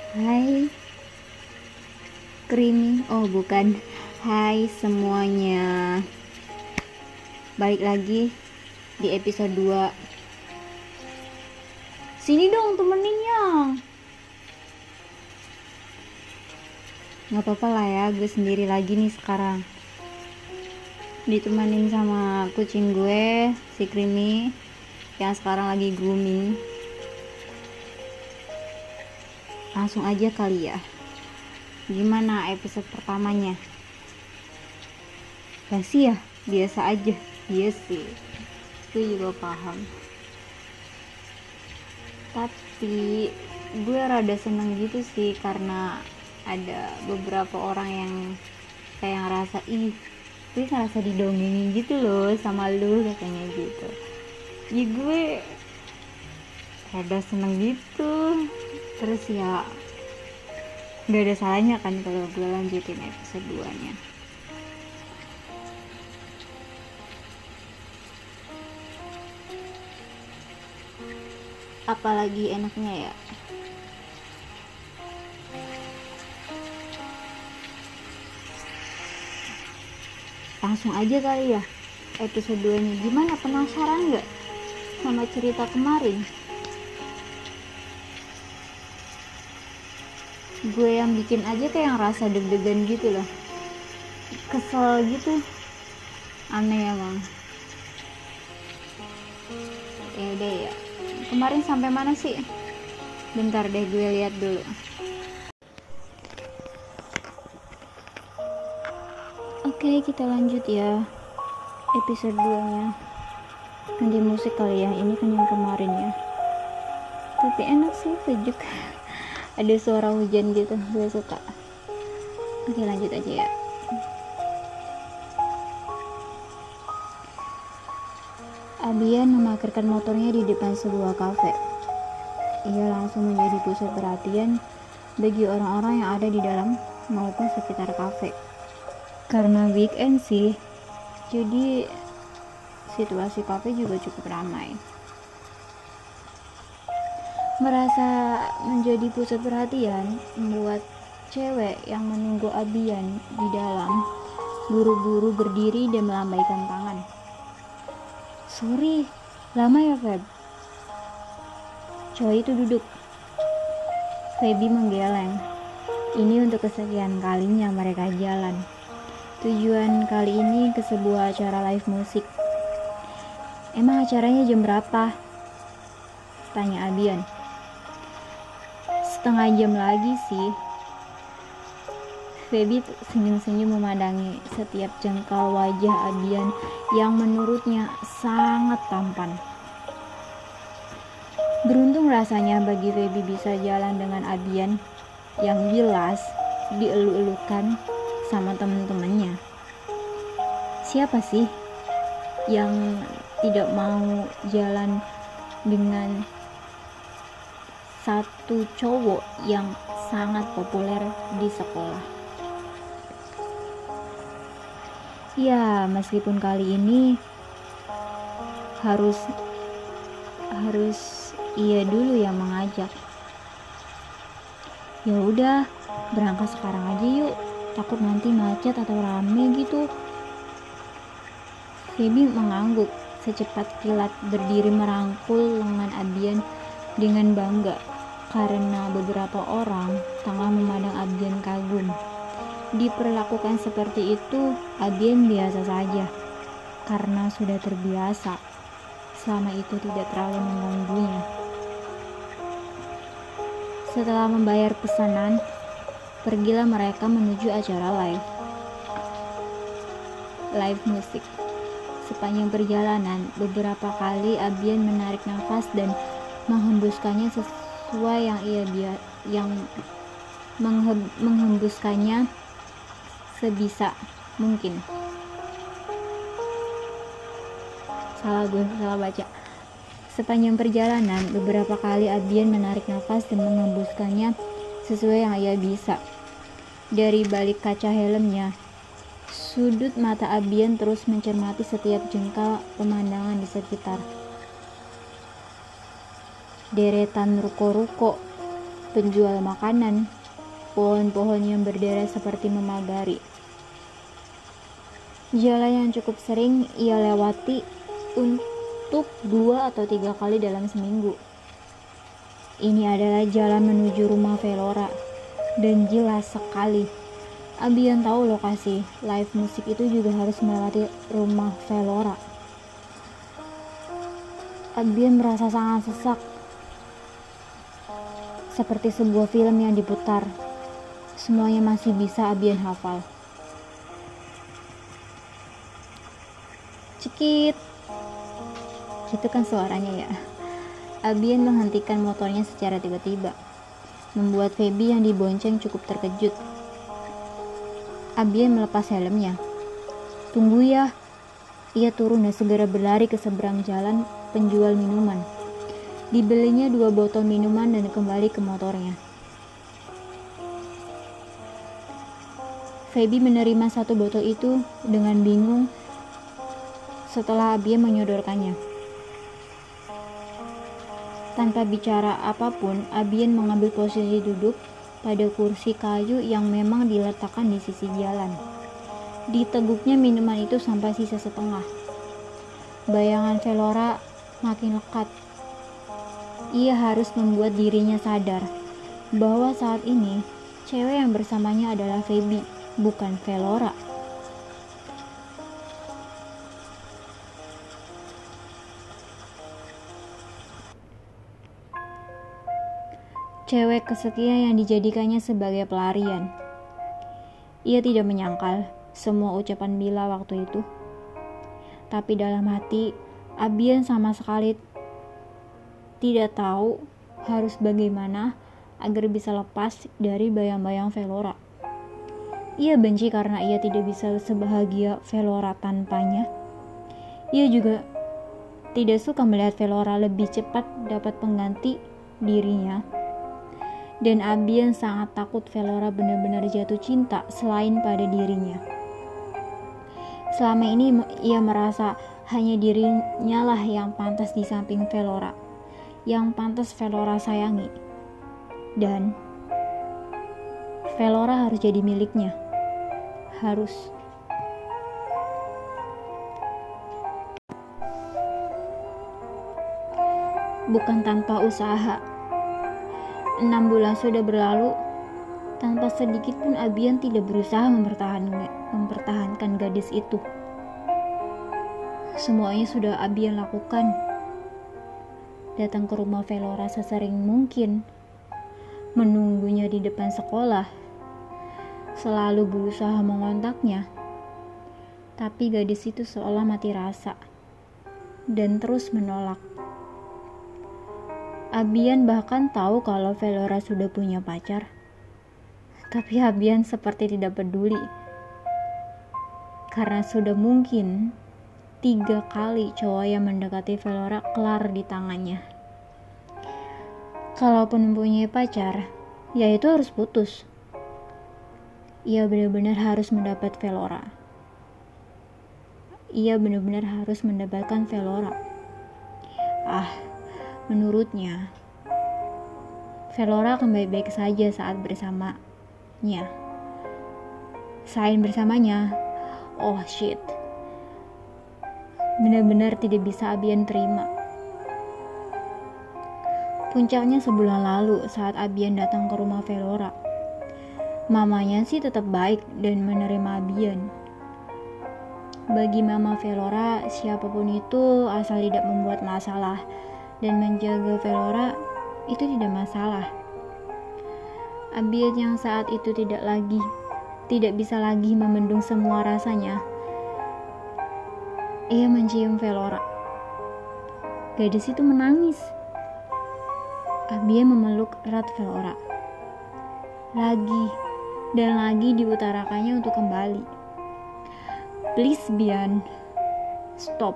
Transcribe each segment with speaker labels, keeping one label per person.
Speaker 1: Hai Creamy, oh bukan. Hai semuanya, balik lagi di episode 2. Sini dong temeninnya. Gak apa-apa lah ya, gue sendiri lagi nih sekarang. Ditemenin sama kucing gue, si Creamy, yang sekarang lagi grooming. Langsung aja kali ya. Gimana episode pertamanya? Basi ya? Biasa aja. Iya sih, gue juga paham. Tapi gue rada seneng gitu sih, karena ada beberapa orang yang kayak ngerasa, gue ngerasa didongengin gitu loh sama lu, katanya gitu. Ya gue rada seneng gitu. Terus ya gak ada salahnya kan kalau gue lanjutin episode 2 nya. Apalagi enaknya ya, langsung aja kali ya episode 2 nya. Gimana, penasaran gak sama cerita kemarin? Gue yang bikin aja kayak ngerasa deg-degan gitu loh, kesel gitu, aneh emang. Ya udah ya, kemarin sampai mana sih? Bentar deh, gue lihat dulu. Oke, kita lanjut ya episode 2 nya. Ganti musik kali ya, ini kan yang kemarin ya. Tapi enak sih, sejuk. Ada suara hujan gitu, gue suka. Oke, lanjut aja ya. Abian memarkirkan motornya di depan sebuah kafe. Ia langsung menjadi pusat perhatian bagi orang-orang yang ada di dalam maupun sekitar kafe. Karena weekend sih, jadi situasi kafe juga cukup ramai. Merasa menjadi pusat perhatian membuat cewek yang menunggu Abian di dalam buru-buru berdiri dan melambaikan tangan. Sorry, lama ya Feb? Cowok itu duduk. Feby menggeleng. Ini untuk kesekian kalinya mereka jalan. Tujuan kali ini ke sebuah acara live musik. Emang acaranya jam berapa? Tanya Abian. Setengah jam lagi sih. Feby senyum-senyum memandangi setiap jengkal wajah Abian yang menurutnya sangat tampan. Beruntung rasanya bagi Feby bisa jalan dengan Abian yang jelas dielu-elukan sama temen-temennya. Siapa sih yang tidak mau jalan dengan satu cowok yang sangat populer di sekolah? Ya, meskipun kali ini harus ia dulu yang mengajak. Ya udah, berangkat sekarang aja yuk. Takut nanti macet atau rame gitu. Feby mengangguk, secepat kilat berdiri merangkul lengan Abian dengan bangga, karena beberapa orang tengah memandang Abian kagum. Diperlakukan seperti itu, Abian biasa saja, karena sudah terbiasa. Selama itu tidak terlalu mengganggunya. Setelah membayar pesanan, pergilah mereka menuju acara live musik. Sepanjang perjalanan, beberapa kali Abian menarik nafas dan menghembuskannya sesuai yang menghembuskannya sebisa mungkin. Salah baca. Sepanjang perjalanan, beberapa kali Abian menarik nafas dan menghembuskannya sesuai yang ia bisa. Dari balik kaca helmnya, sudut mata Abian terus mencermati setiap jengkal pemandangan di sekitar. Deretan ruko-ruko, penjual makanan, pohon-pohon yang berderet seperti memagari. Jalan yang cukup sering ia lewati untuk 2 atau 3 kali dalam seminggu. Ini adalah jalan menuju rumah Velora, dan jelas sekali Abian tahu lokasi live musik itu juga harus melewati rumah Velora. Abian merasa sangat sesak, seperti sebuah film yang diputar. Semuanya masih bisa Abian hafal. Cekit, itu kan suaranya ya. Abian menghentikan motornya secara tiba-tiba, membuat Feby yang dibonceng cukup terkejut. Abian melepas helmnya. Tunggu ya. Ia turun dan segera berlari ke seberang jalan penjual minuman. Dibelinya 2 botol minuman dan kembali ke motornya. Feby menerima 1 botol itu dengan bingung setelah Abian menyodorkannya. Tanpa bicara apapun, Abian mengambil posisi duduk pada kursi kayu yang memang diletakkan di sisi jalan. Diteguknya minuman itu sampai sisa setengah. Bayangan Velora makin lekat. Ia harus membuat dirinya sadar bahwa saat ini cewek yang bersamanya adalah Feby, bukan Velora. Cewek kesekian yang dijadikannya sebagai pelarian. Ia tidak menyangkal semua ucapan Bila waktu itu. Tapi dalam hati, Abian sama sekali tidak tahu harus bagaimana agar bisa lepas dari bayang-bayang Velora. Ia benci karena ia tidak bisa sebahagia Velora tanpanya. Ia juga tidak suka melihat Velora lebih cepat dapat pengganti dirinya. Dan Abian sangat takut Velora benar-benar jatuh cinta selain pada dirinya. Selama ini ia merasa hanya dirinya lah yang pantas di samping Velora, yang pantas Velora sayangi. Dan Velora harus jadi miliknya. Harus. Bukan tanpa usaha. 6 bulan sudah berlalu, tanpa sedikit pun Abian tidak berusaha mempertahankan gadis itu. Semuanya sudah Abian lakukan. Datang ke rumah Velora sesering mungkin, menunggunya di depan sekolah, selalu berusaha mengontaknya. Tapi gadis itu seolah mati rasa, dan terus menolak. Abian bahkan tahu kalau Velora sudah punya pacar. Tapi Abian seperti tidak peduli. Karena sudah mungkin 3 kali cowok yang mendekati Velora kelar di tangannya. Kalaupun mempunyai pacar, ya itu harus putus. Ia benar-benar harus mendapat Velora. Ia benar-benar harus mendapatkan Velora. Menurutnya, Velora akan baik-baik saja saat bersamanya. Selain bersamanya, oh shit. Benar-benar tidak bisa Abian terima. Puncaknya sebulan lalu saat Abian datang ke rumah Velora. Mamanya sih tetap baik dan menerima Abian. Bagi mama Velora, siapapun itu asal tidak membuat masalah dan menjaga Velora itu tidak masalah. Abian yang saat itu tidak bisa lagi membendung semua rasanya. Ia mencium Velora. Gadis itu menangis. Abian memeluk erat Velora. Lagi dan lagi diutarakannya untuk kembali. Please Bian, stop.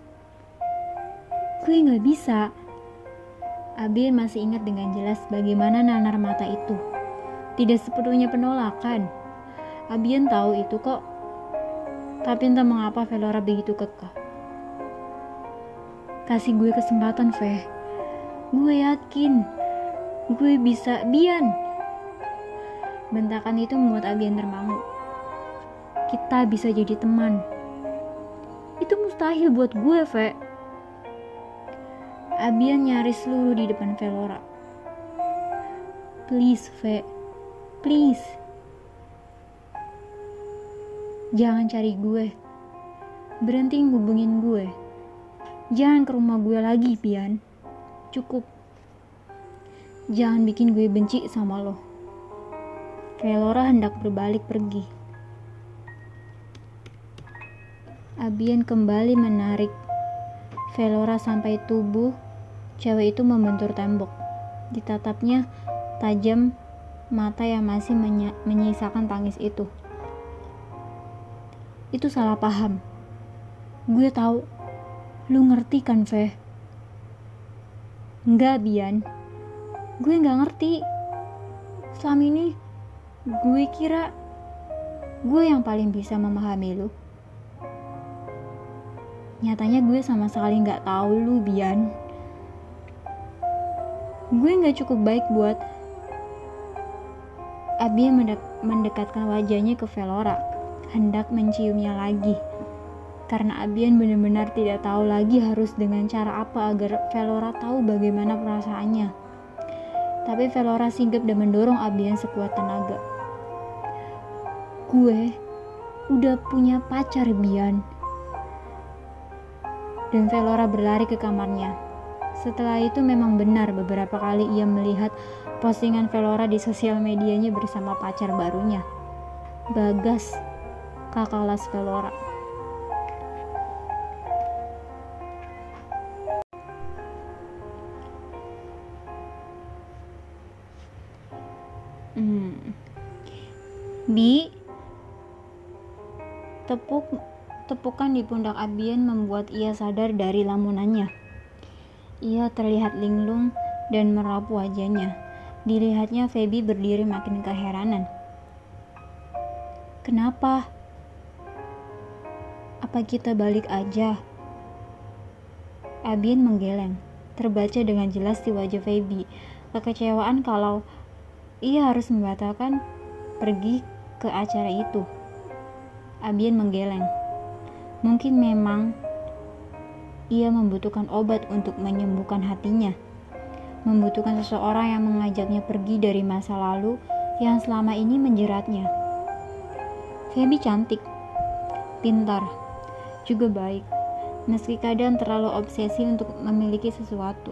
Speaker 1: Gue gak bisa. Abian masih ingat dengan jelas bagaimana nanar mata itu. Tidak sepenuhnya penolakan. Abian tahu itu kok. Tapi entah mengapa Velora begitu kekeh. Kasih gue kesempatan, Ve. Gue yakin Gue bisa, Bian. Bentakan itu membuat Abian termangu. Kita bisa jadi teman. Itu mustahil buat gue, Ve. Abian nyaris luluh di depan Velora. Please, Ve. Please. Jangan cari gue. Berhenti hubungin gue. Jangan ke rumah gue lagi, Bian. Cukup. Jangan bikin gue benci sama lo. Velora hendak berbalik pergi. Abian kembali menarik Velora sampai tubuh cewek itu membentur tembok. Ditatapnya tajam mata yang masih menyisakan tangis itu. Itu salah paham. Gue tahu. Lu ngerti kan, Ve? Enggak, Bian. Gue gak ngerti. Selama ini gue kira gue yang paling bisa memahami lu. Nyatanya gue sama sekali gak tahu lu, Bian. Gue gak cukup baik buat. Abian mendekatkan wajahnya ke Velora, hendak menciumnya lagi. Karena Abian benar-benar tidak tahu lagi harus dengan cara apa agar Velora tahu bagaimana perasaannya. Tapi Velora sigap dan mendorong Abian sekuat tenaga. Gue udah punya pacar, Bian. Dan Velora berlari ke kamarnya. Setelah itu memang benar beberapa kali ia melihat postingan Velora di sosial medianya bersama pacar barunya, Bagas, kakak kelas Velora. Bi, tepukan di pundak Abian membuat ia sadar dari lamunannya. Ia terlihat linglung dan merapu wajahnya. Dilihatnya Feby berdiri makin keheranan. Kenapa? Apa kita balik aja? Abian menggeleng. Terbaca dengan jelas di wajah Feby kekecewaan kalau ia harus membatalkan pergi ke acara itu. Abian menggeleng. Mungkin memang ia membutuhkan obat untuk menyembuhkan hatinya. Membutuhkan seseorang yang mengajaknya pergi dari masa lalu yang selama ini menjeratnya. Feby cantik, pintar, juga baik, meski kadang terlalu obsesi untuk memiliki sesuatu.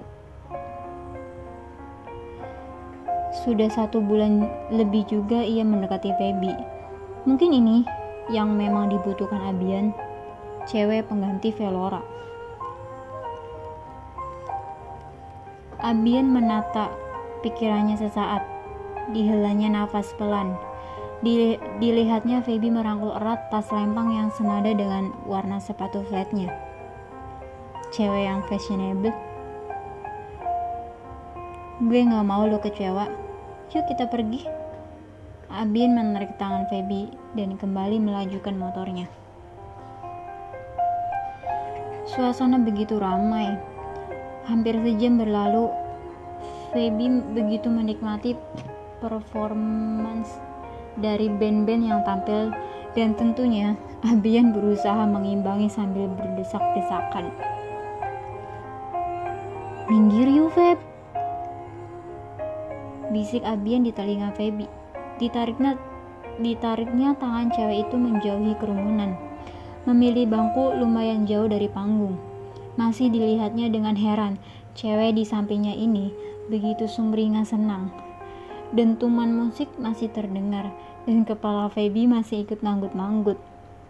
Speaker 1: Sudah 1 bulan lebih juga ia mendekati Feby. Mungkin ini yang memang dibutuhkan Abian, cewek pengganti Velora. Abian menata pikirannya sesaat. Dihelanya nafas pelan. Dilihatnya Feby merangkul erat tas lempang yang senada dengan warna sepatu flatnya. Cewek yang fashionable. Gue gak mau lo kecewa. Yuk kita pergi. Abian menarik tangan Feby dan kembali melajukan motornya. Suasana begitu ramai. Hampir sejam berlalu. Feby begitu menikmati performance dari band-band yang tampil, dan tentunya Abian berusaha mengimbangi sambil berdesak-desakan. Minggir yuk, Feb, bisik Abian di telinga Feby. Ditariknya tangan cewek itu menjauhi kerumunan, memilih bangku lumayan jauh dari panggung. Masih dilihatnya dengan heran, cewek di sampingnya ini begitu sumringah senang. Dentuman musik masih terdengar dan kepala Feby masih ikut manggut-manggut.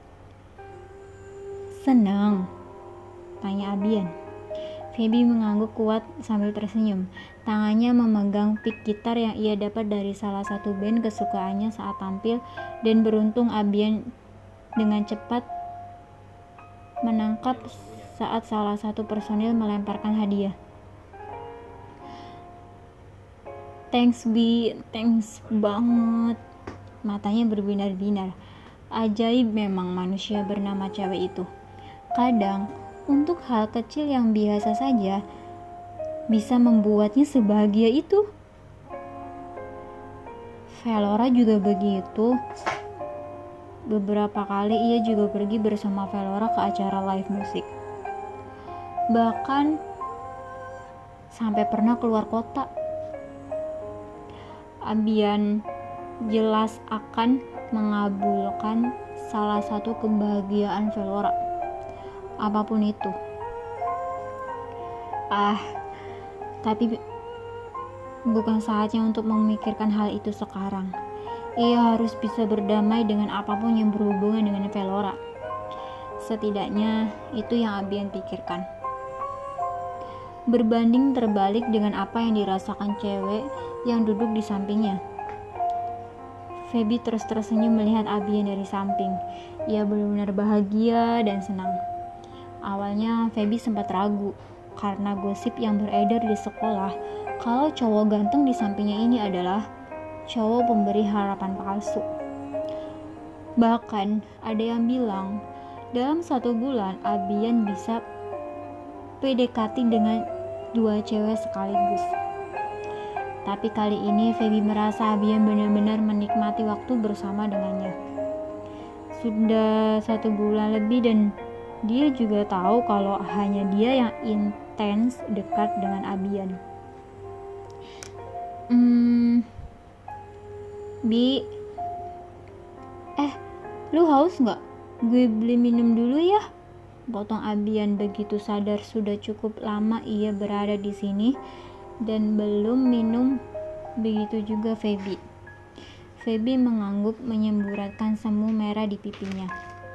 Speaker 1: Senang? Tanya Abian. Feby mengangguk kuat sambil tersenyum. Tangannya memegang pick gitar yang ia dapat dari salah satu band kesukaannya saat tampil, dan beruntung Abian dengan cepat menangkap saat salah satu personil melemparkan hadiah. Thanks Bi, thanks banget. Matanya berbinar-binar. Ajaib memang manusia bernama cewek itu. Kadang untuk hal kecil yang biasa saja bisa membuatnya sebahagia itu. Velora juga begitu. Beberapa kali ia juga pergi bersama Velora ke acara live musik. Bahkan sampai pernah keluar kota. Abian jelas akan mengabulkan salah satu kebahagiaan Velora, apapun itu. Tapi bukan saatnya untuk memikirkan hal itu sekarang. Ia harus bisa berdamai dengan apapun yang berhubungan dengan Velora. Setidaknya itu yang Abian pikirkan. Berbanding terbalik dengan apa yang dirasakan cewek yang duduk di sampingnya. Feby terus tersenyum melihat Abian dari samping. Ia benar-benar bahagia dan senang. Awalnya Feby sempat ragu karena gosip yang beredar di sekolah kalau cowok ganteng di sampingnya ini adalah cowok pemberi harapan palsu. Bahkan ada yang bilang dalam 1 bulan Abian bisa PDKT dengan 2 cewek sekaligus. Tapi kali ini Feby merasa Abian benar-benar menikmati waktu bersama dengannya. Sudah 1 bulan lebih dan dia juga tahu kalau hanya dia yang intens dekat dengan Abian. Bi, lu haus nggak? Gue beli minum dulu ya. Potong Abian begitu sadar sudah cukup lama ia berada di sini dan belum minum. Begitu juga Feby. Feby mengangguk menyemburatkan semu merah di pipinya.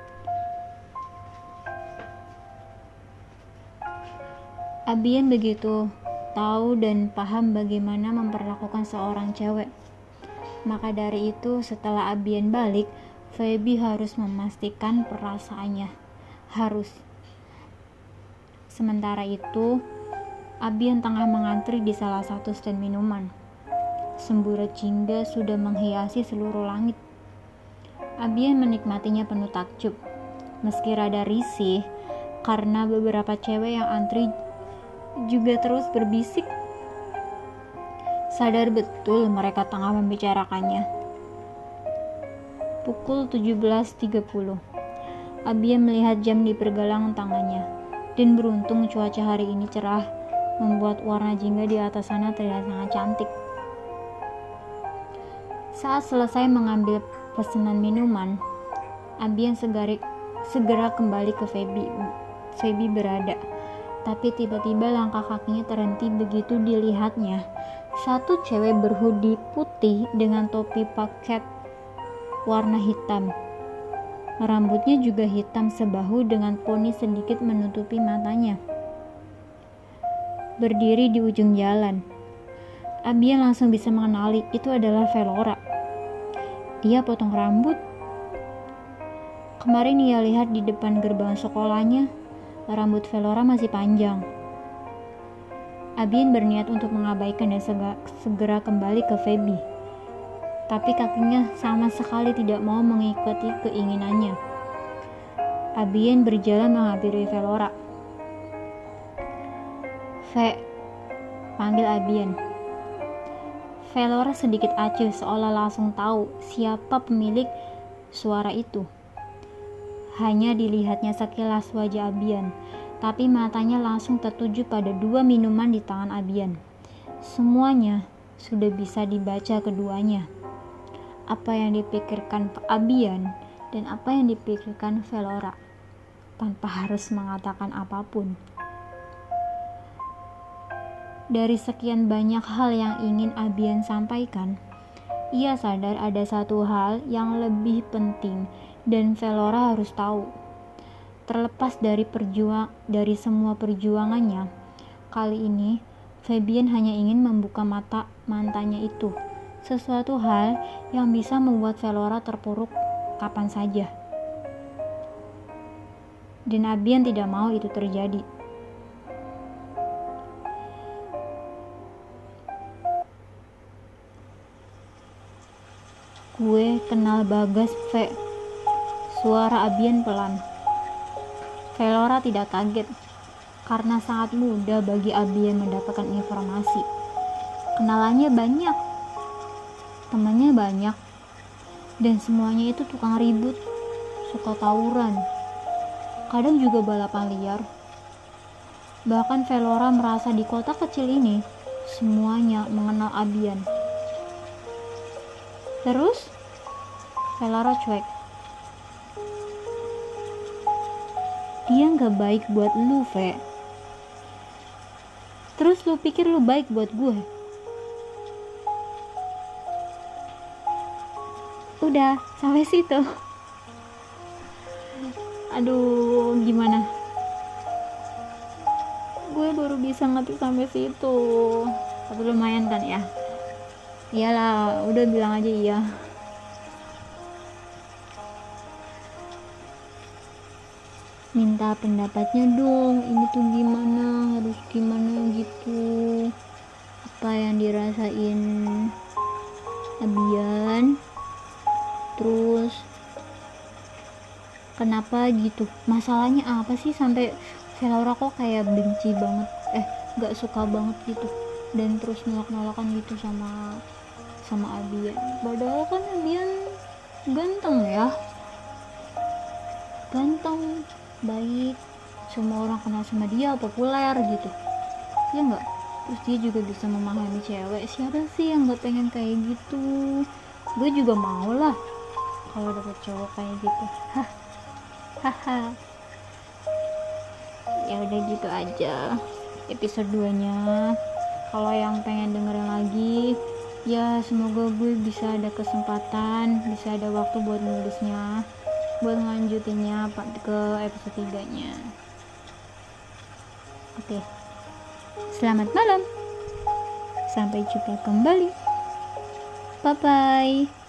Speaker 1: Abian begitu tahu dan paham bagaimana memperlakukan seorang cewek. Maka dari itu setelah Abian balik, Feby harus memastikan perasaannya. Harus. Sementara itu, Abian tengah mengantri di salah satu stand minuman. Semburat jingga sudah menghiasi seluruh langit. Abian menikmatinya penuh takjub. Meski rada risih, karena beberapa cewek yang antri juga terus berbisik. Sadar betul mereka tengah membicarakannya. Pukul 17.30. Abian melihat jam di pergelangan tangannya. Dan beruntung cuaca hari ini cerah, membuat warna jingga di atas sana terlihat sangat cantik. Saat selesai mengambil pesanan minuman, Abian segera kembali ke Feby. Feby berada, tapi tiba-tiba langkah kakinya terhenti begitu dilihatnya satu cewek berhoodie putih dengan topi paket warna hitam. Rambutnya juga hitam sebahu dengan poni sedikit menutupi matanya. Berdiri di ujung jalan. Abian langsung bisa mengenali itu adalah Velora. Dia potong rambut. Kemarin ia lihat di depan gerbang sekolahnya, rambut Velora masih panjang. Abian berniat untuk mengabaikan dan segera kembali ke Feby. Tapi kakinya sama sekali tidak mau mengikuti keinginannya. Abian berjalan menghampiri Velora. "Ve," panggil Abian. Velora sedikit acuh seolah langsung tahu siapa pemilik suara itu. Hanya dilihatnya sekilas wajah Abian, tapi matanya langsung tertuju pada 2 minuman di tangan Abian. Semuanya sudah bisa dibaca keduanya. Apa yang dipikirkan Abian dan apa yang dipikirkan Velora, tanpa harus mengatakan apapun. Dari sekian banyak hal yang ingin Abian sampaikan, ia sadar ada satu hal yang lebih penting dan Velora harus tahu. Terlepas dari semua perjuangannya, kali ini Fabian hanya ingin membuka mata mantannya itu. Sesuatu hal yang bisa membuat Velora terpuruk kapan saja. Dan Abian tidak mau itu terjadi. "Gue kenal Bagas, Ve." Suara Abian pelan. Velora tidak kaget, karena sangat mudah bagi Abian mendapatkan informasi. Kenalannya banyak. temannya banyak, dan semuanya itu tukang ribut, suka tawuran, kadang juga balapan liar. Bahkan Velora merasa di kota kecil ini semuanya mengenal Abian. Terus Velora cuek. Dia gak baik buat lu, Ve. Terus lu pikir lu baik buat gue? Udah, sampai situ. Aduh, gimana? Gue baru bisa ngetik sampai situ. Tapi lumayan kan ya? Iyalah, udah bilang aja iya. Minta pendapatnya dong, ini tuh gimana, harus gimana gitu. Apa yang dirasain Abian, terus kenapa gitu, masalahnya apa sih sampai Velora kok kayak benci banget, gak suka banget gitu, dan terus nolak-nolakan gitu sama Abian. Padahal kan Abian ganteng ya, ganteng, baik, semua orang kenal sama dia, populer gitu ya enggak. Terus dia juga bisa memahami cewek. Siapa sih yang gak pengen kayak gitu? Gue juga mau lah kalau dapet cowok kayak gitu. Hahaha. Ya udah gitu aja episode 2 nya. Kalau yang pengen dengerin lagi, ya semoga gue bisa ada kesempatan, bisa ada waktu buat nulisnya, buat ngelanjutinnya ke episode 3 nya. Oke. Selamat malam. Sampai jumpa kembali. Bye bye.